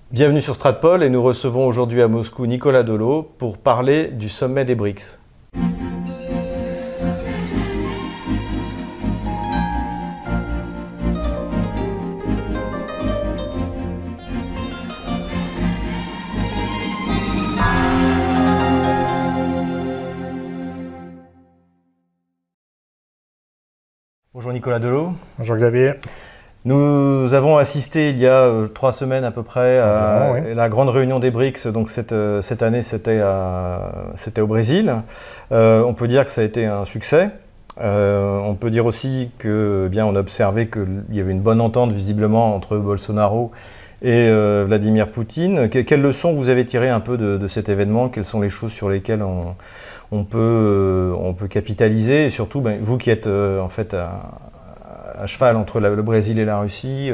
Bienvenue sur Stratpol et nous recevons aujourd'hui à Moscou Nicolas Dolo pour parler du sommet des BRICS. Bonjour Nicolas Dolo. Bonjour Xavier. Nous avons assisté il y a 3 semaines à peu près à la grande réunion des BRICS. Donc cette année, c'était au Brésil. On peut dire que ça a été un succès. On peut dire aussi que, bien, on a observé qu'il y avait une bonne entente visiblement entre Bolsonaro et Vladimir Poutine. Quelles leçons vous avez tirées un peu de cet événement? Quelles sont les choses sur lesquelles on peut capitaliser? Et surtout, ben, vous qui êtes en fait à cheval entre le Brésil et la Russie,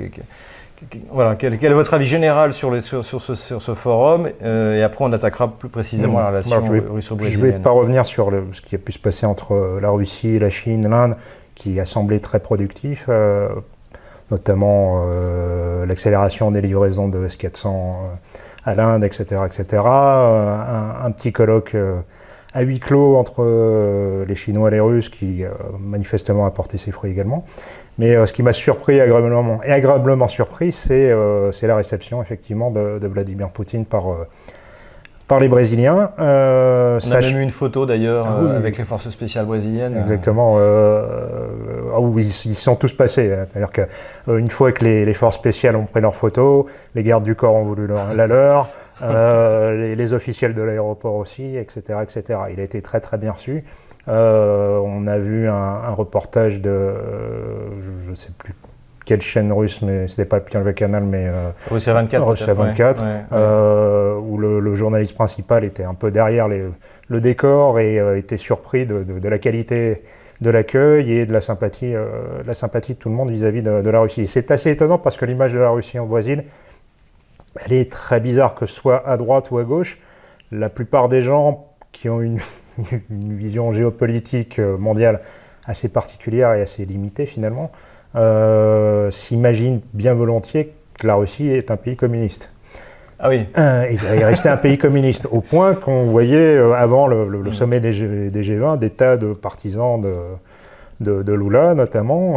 voilà, quel est votre avis général sur ce forum? Et après, on attaquera plus précisément la relation russo-brésilienne. Je ne vais pas revenir sur ce qui a pu se passer entre la Russie, la Chine, l'Inde, qui a semblé très productif, notamment l'accélération des livraisons de S-400 à l'Inde, etc. etc. Un petit colloque à huis clos entre les Chinois et les Russes, qui manifestement a porté ses fruits également. Mais ce qui m'a surpris, agréablement surpris, c'est la réception effectivement de Vladimir Poutine par les Brésiliens. On a même eu une photo d'ailleurs avec les forces spéciales brésiliennes. Exactement. Oui, ils sont tous passés. C'est-à-dire qu'une fois que les forces spéciales ont pris leur photo, les gardes du corps ont voulu la leur. Les officiels de l'aéroport aussi, etc., etc. Il a été très très bien reçu. On a vu un reportage de, je ne sais plus quelle chaîne russe, mais c'était pas le canal, mais Russia 24, Russia 24, où le journaliste principal était un peu derrière le décor et était surpris de la qualité de l'accueil et de la sympathie de tout le monde vis-à-vis de la Russie. Et c'est assez étonnant parce que l'image de la Russie au Brésil, elle est très bizarre, que ce soit à droite ou à gauche. La plupart des gens qui ont une vision géopolitique mondiale assez particulière et assez limitée finalement, s'imaginent bien volontiers que la Russie est un pays communiste. Ah oui. Il est resté un pays communiste, au point qu'on voyait avant le sommet des G20 des tas de partisans de Lula notamment,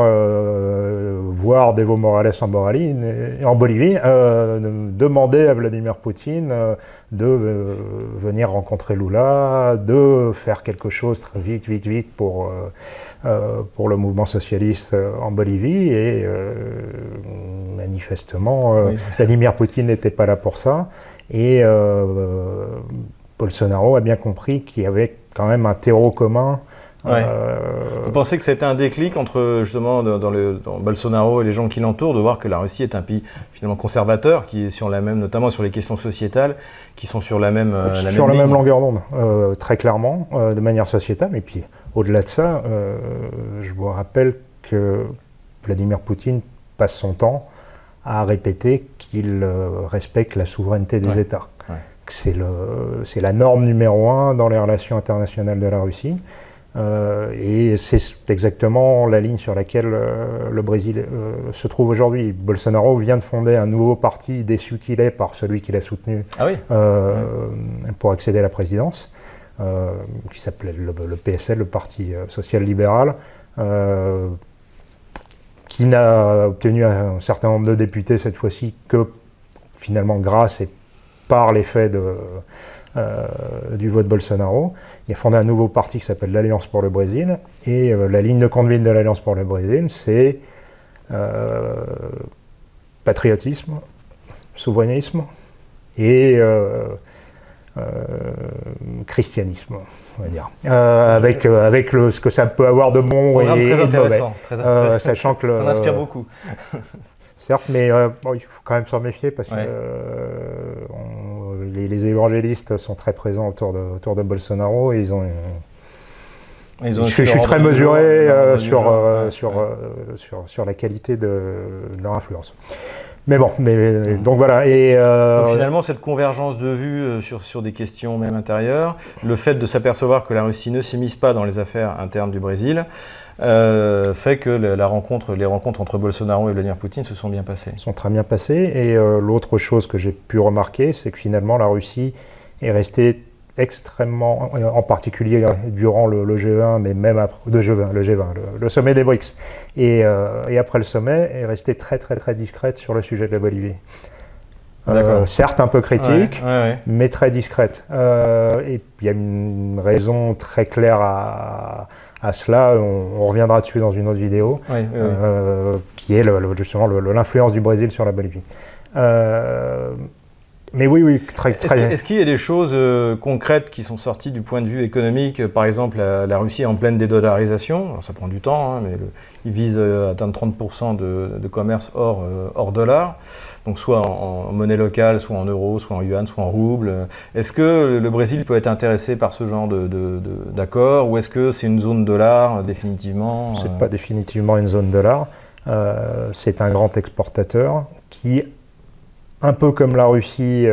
voire d'Evo Morales en Bolivie, demander à Vladimir Poutine de venir rencontrer Lula, de faire quelque chose très vite pour le mouvement socialiste en Bolivie. Et manifestement, Vladimir Poutine n'était pas là pour ça. Et Bolsonaro a bien compris qu'il y avait quand même un terreau commun. Vous pensez que ça a été un déclic entre justement dans Bolsonaro et les gens qui l'entourent, de voir que la Russie est un pays finalement conservateur, qui est sur la même, notamment sur les questions sociétales, qui sont sur la même longueur d'onde, très clairement, de manière sociétale. Et puis au-delà de ça, je vous rappelle que Vladimir Poutine passe son temps à répéter qu'il respecte la souveraineté des États. C'est la norme numéro 1 dans les relations internationales de la Russie. Et c'est exactement la ligne sur laquelle le Brésil se trouve aujourd'hui. Bolsonaro vient de fonder un nouveau parti, déçu qu'il est par celui qu'il a soutenu pour accéder à la présidence, qui s'appelait le PSL, le Parti social-libéral, qui n'a obtenu un certain nombre de députés cette fois-ci que finalement grâce et par l'effet du vote Bolsonaro. Il a fondé un nouveau parti qui s'appelle l'Alliance pour le Brésil. Et la ligne de conduite de l'Alliance pour le Brésil, c'est patriotisme, souverainisme et christianisme, on va dire. Avec ce que ça peut avoir de bon et de mauvais. Sachant que ça m'inspire beaucoup. Certes, mais il faut quand même s'en méfier parce que les évangélistes sont très présents autour de Bolsonaro et je suis très mesuré sur la qualité de leur influence. Mais bon, donc voilà. Donc finalement, cette convergence de vues sur des questions même intérieures, le fait de s'apercevoir que la Russie ne s'immisce pas dans les affaires internes du Brésil, fait que les rencontres entre Bolsonaro et Vladimir Poutine se sont bien passées. Sont très bien passées. Et l'autre chose que j'ai pu remarquer, c'est que finalement la Russie est restée extrêmement, en particulier durant le G20, mais même après le G20, le sommet des BRICS, et après le sommet, est restée très discrète sur le sujet de la Bolivie. Certes un peu critique, mais très discrète. Et il y a une raison très claire à cela, on reviendra dessus dans une autre vidéo, qui est justement l'influence du Brésil sur la Bolivie. Mais oui, très. Est-ce qu'il y a des choses concrètes qui sont sorties du point de vue économique? Par exemple, la Russie est en pleine dédollarisation. Alors, ça prend du temps, hein, mais ils visent à atteindre 30% de commerce hors dollar. Donc soit en monnaie locale, soit en euros, soit en yuan, soit en rouble. Est-ce que le Brésil peut être intéressé par ce genre d'accord, ou est-ce que c'est une zone dollar définitivement? C'est pas définitivement une zone dollar. C'est un grand exportateur qui, un peu comme la Russie,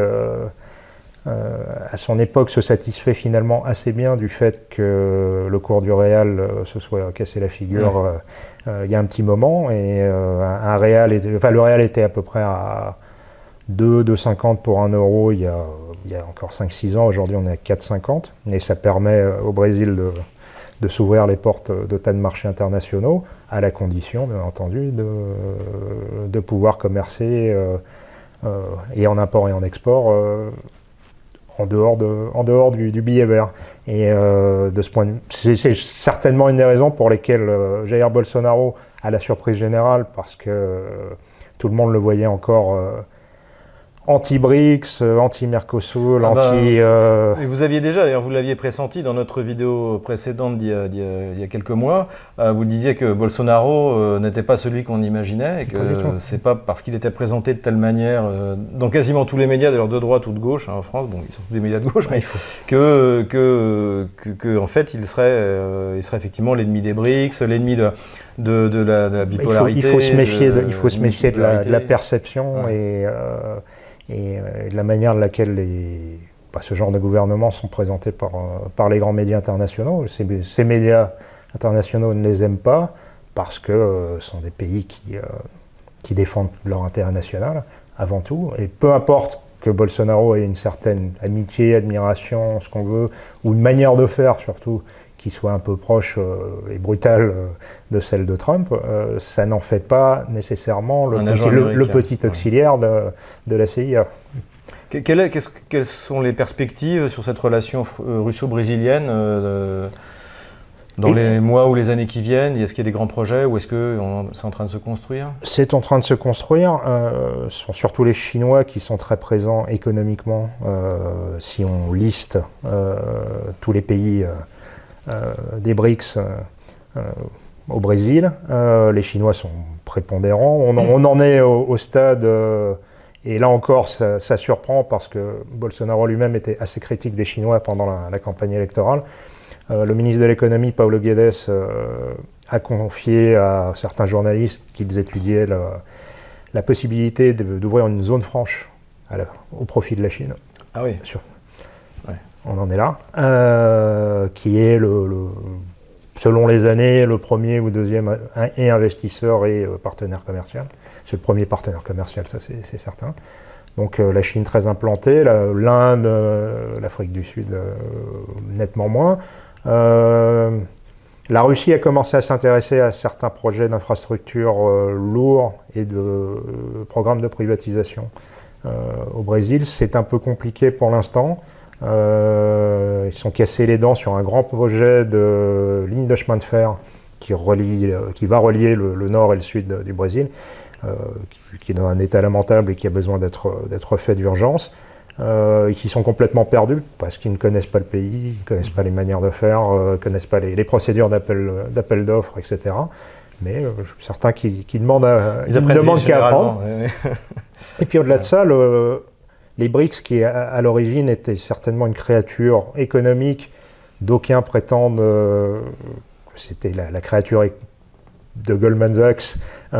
à son époque, se satisfait finalement assez bien du fait que le cours du réal se soit cassé la figure il y a un petit moment. Et le réal était à peu près à 2,50 pour 1 euro il y a encore 5-6 ans. Aujourd'hui, on est à 4,50. Et ça permet au Brésil de s'ouvrir les portes de tas de marchés internationaux, à la condition, bien entendu, de pouvoir commercer et en import et en export en dehors du billet vert. Et de ce point de vue, c'est certainement une des raisons pour lesquelles Jair Bolsonaro a la surprise générale, parce que tout le monde le voyait encore anti-BRICS, anti-Mercosur, Et vous aviez déjà, d'ailleurs vous l'aviez pressenti dans notre vidéo précédente d'il y a quelques mois, vous disiez que Bolsonaro n'était pas celui qu'on imaginait, et que c'est pas parce qu'il était présenté de telle manière, dans quasiment tous les médias, d'ailleurs de droite ou de gauche, hein, en France, bon ils sont tous des médias de gauche, mais que en fait il serait effectivement l'ennemi des BRICS, l'ennemi de la bipolarité. Il faut se méfier de la perception et de la manière de laquelle ce genre de gouvernements sont présentés par les grands médias internationaux. Ces médias internationaux ne les aiment pas parce que ce sont des pays qui défendent leur intérêt national avant tout. Et peu importe que Bolsonaro ait une certaine amitié, admiration, ce qu'on veut, ou une manière de faire surtout, qui soit un peu proche et brutale de celle de Trump, ça n'en fait pas nécessairement le petit auxiliaire de la CIA. Quelles sont les perspectives sur cette relation russo-brésilienne dans les mois ou les années qui viennent? Est-ce qu'il y a des grands projets, ou est-ce que c'est en train de se construire? C'est en train de se construire. Ce sont surtout les Chinois qui sont très présents économiquement. Si on liste tous les pays des BRICS au Brésil, les Chinois sont prépondérants. On en est au stade, et là encore ça surprend parce que Bolsonaro lui-même était assez critique des Chinois pendant la campagne électorale. Le ministre de l'économie, Paulo Guedes, a confié à certains journalistes qu'ils étudiaient la possibilité d'ouvrir une zone franche au profit de la Chine. Ah oui. Bien sûr. On en est là, qui est selon les années, le premier ou deuxième et investisseur et partenaire commercial. C'est le premier partenaire commercial, ça c'est certain. Donc la Chine très implantée, l'Inde, l'Afrique du Sud nettement moins. La Russie a commencé à s'intéresser à certains projets d'infrastructures lourds et de programmes de privatisation au Brésil. C'est un peu compliqué pour l'instant. Ils sont cassés les dents sur un grand projet de ligne de chemin de fer qui va relier le nord et le sud du Brésil, qui est dans un état lamentable et qui a besoin d'être fait d'urgence. Ils sont complètement perdus parce qu'ils ne connaissent pas le pays, ils ne connaissent pas les manières de faire, ne connaissent pas les procédures d'appel d'offres, etc. Mais je suis certain qu'ils demandent qu'à apprendre. Et puis au-delà de ça, les BRICS, qui à l'origine étaient certainement une créature économique, d'aucuns prétendent que c'était la créature Goldman Sachs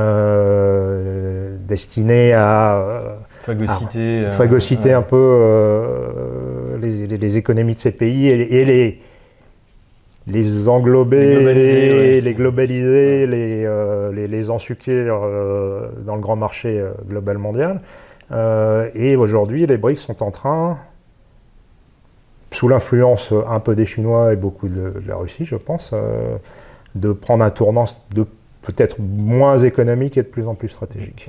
destiné à phagocyter un peu les économies de ces pays et les englober, les globaliser, les ensuquer dans le grand marché global mondial. Et aujourd'hui, les BRICS sont en train, sous l'influence un peu des Chinois et beaucoup de la Russie, je pense, de prendre un tournant peut-être moins économique et de plus en plus stratégique.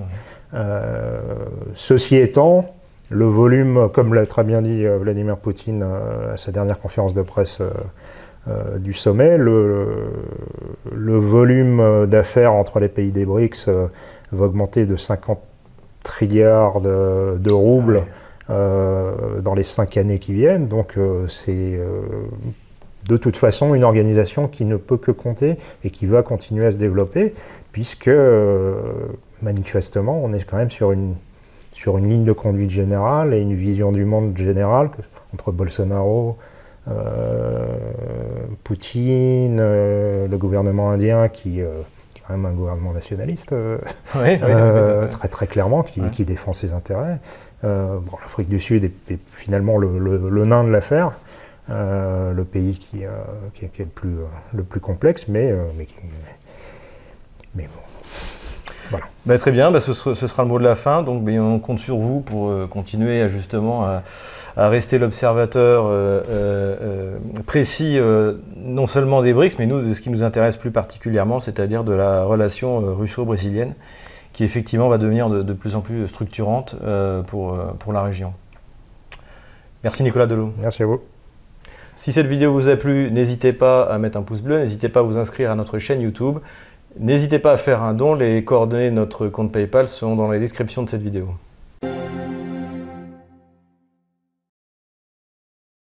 Ceci étant, le volume, comme l'a très bien dit Vladimir Poutine à sa dernière conférence de presse du sommet, le volume d'affaires entre les pays des BRICS va augmenter de 50 trilliards de roubles dans les 5 années qui viennent. Donc c'est de toute façon une organisation qui ne peut que compter et qui va continuer à se développer, puisque manifestement on est quand même sur une ligne de conduite générale et une vision du monde générale entre Bolsonaro, Poutine, le gouvernement indien qui est quand même un gouvernement nationaliste, très très clairement, qui défend ses intérêts. L'Afrique du Sud est finalement le nain de l'affaire. Le pays qui est le plus complexe, mais bon. Voilà. Très bien, ce sera le mot de la fin. Donc on compte sur vous pour continuer à rester l'observateur précis, non seulement des BRICS, mais de ce qui nous intéresse plus particulièrement, c'est-à-dire de la relation russo-brésilienne, qui effectivement va devenir de plus en plus structurante pour la région. Merci Nicolas Delot. Merci à vous. Si cette vidéo vous a plu, n'hésitez pas à mettre un pouce bleu, n'hésitez pas à vous inscrire à notre chaîne YouTube, n'hésitez pas à faire un don, les coordonnées de notre compte PayPal sont dans la description de cette vidéo.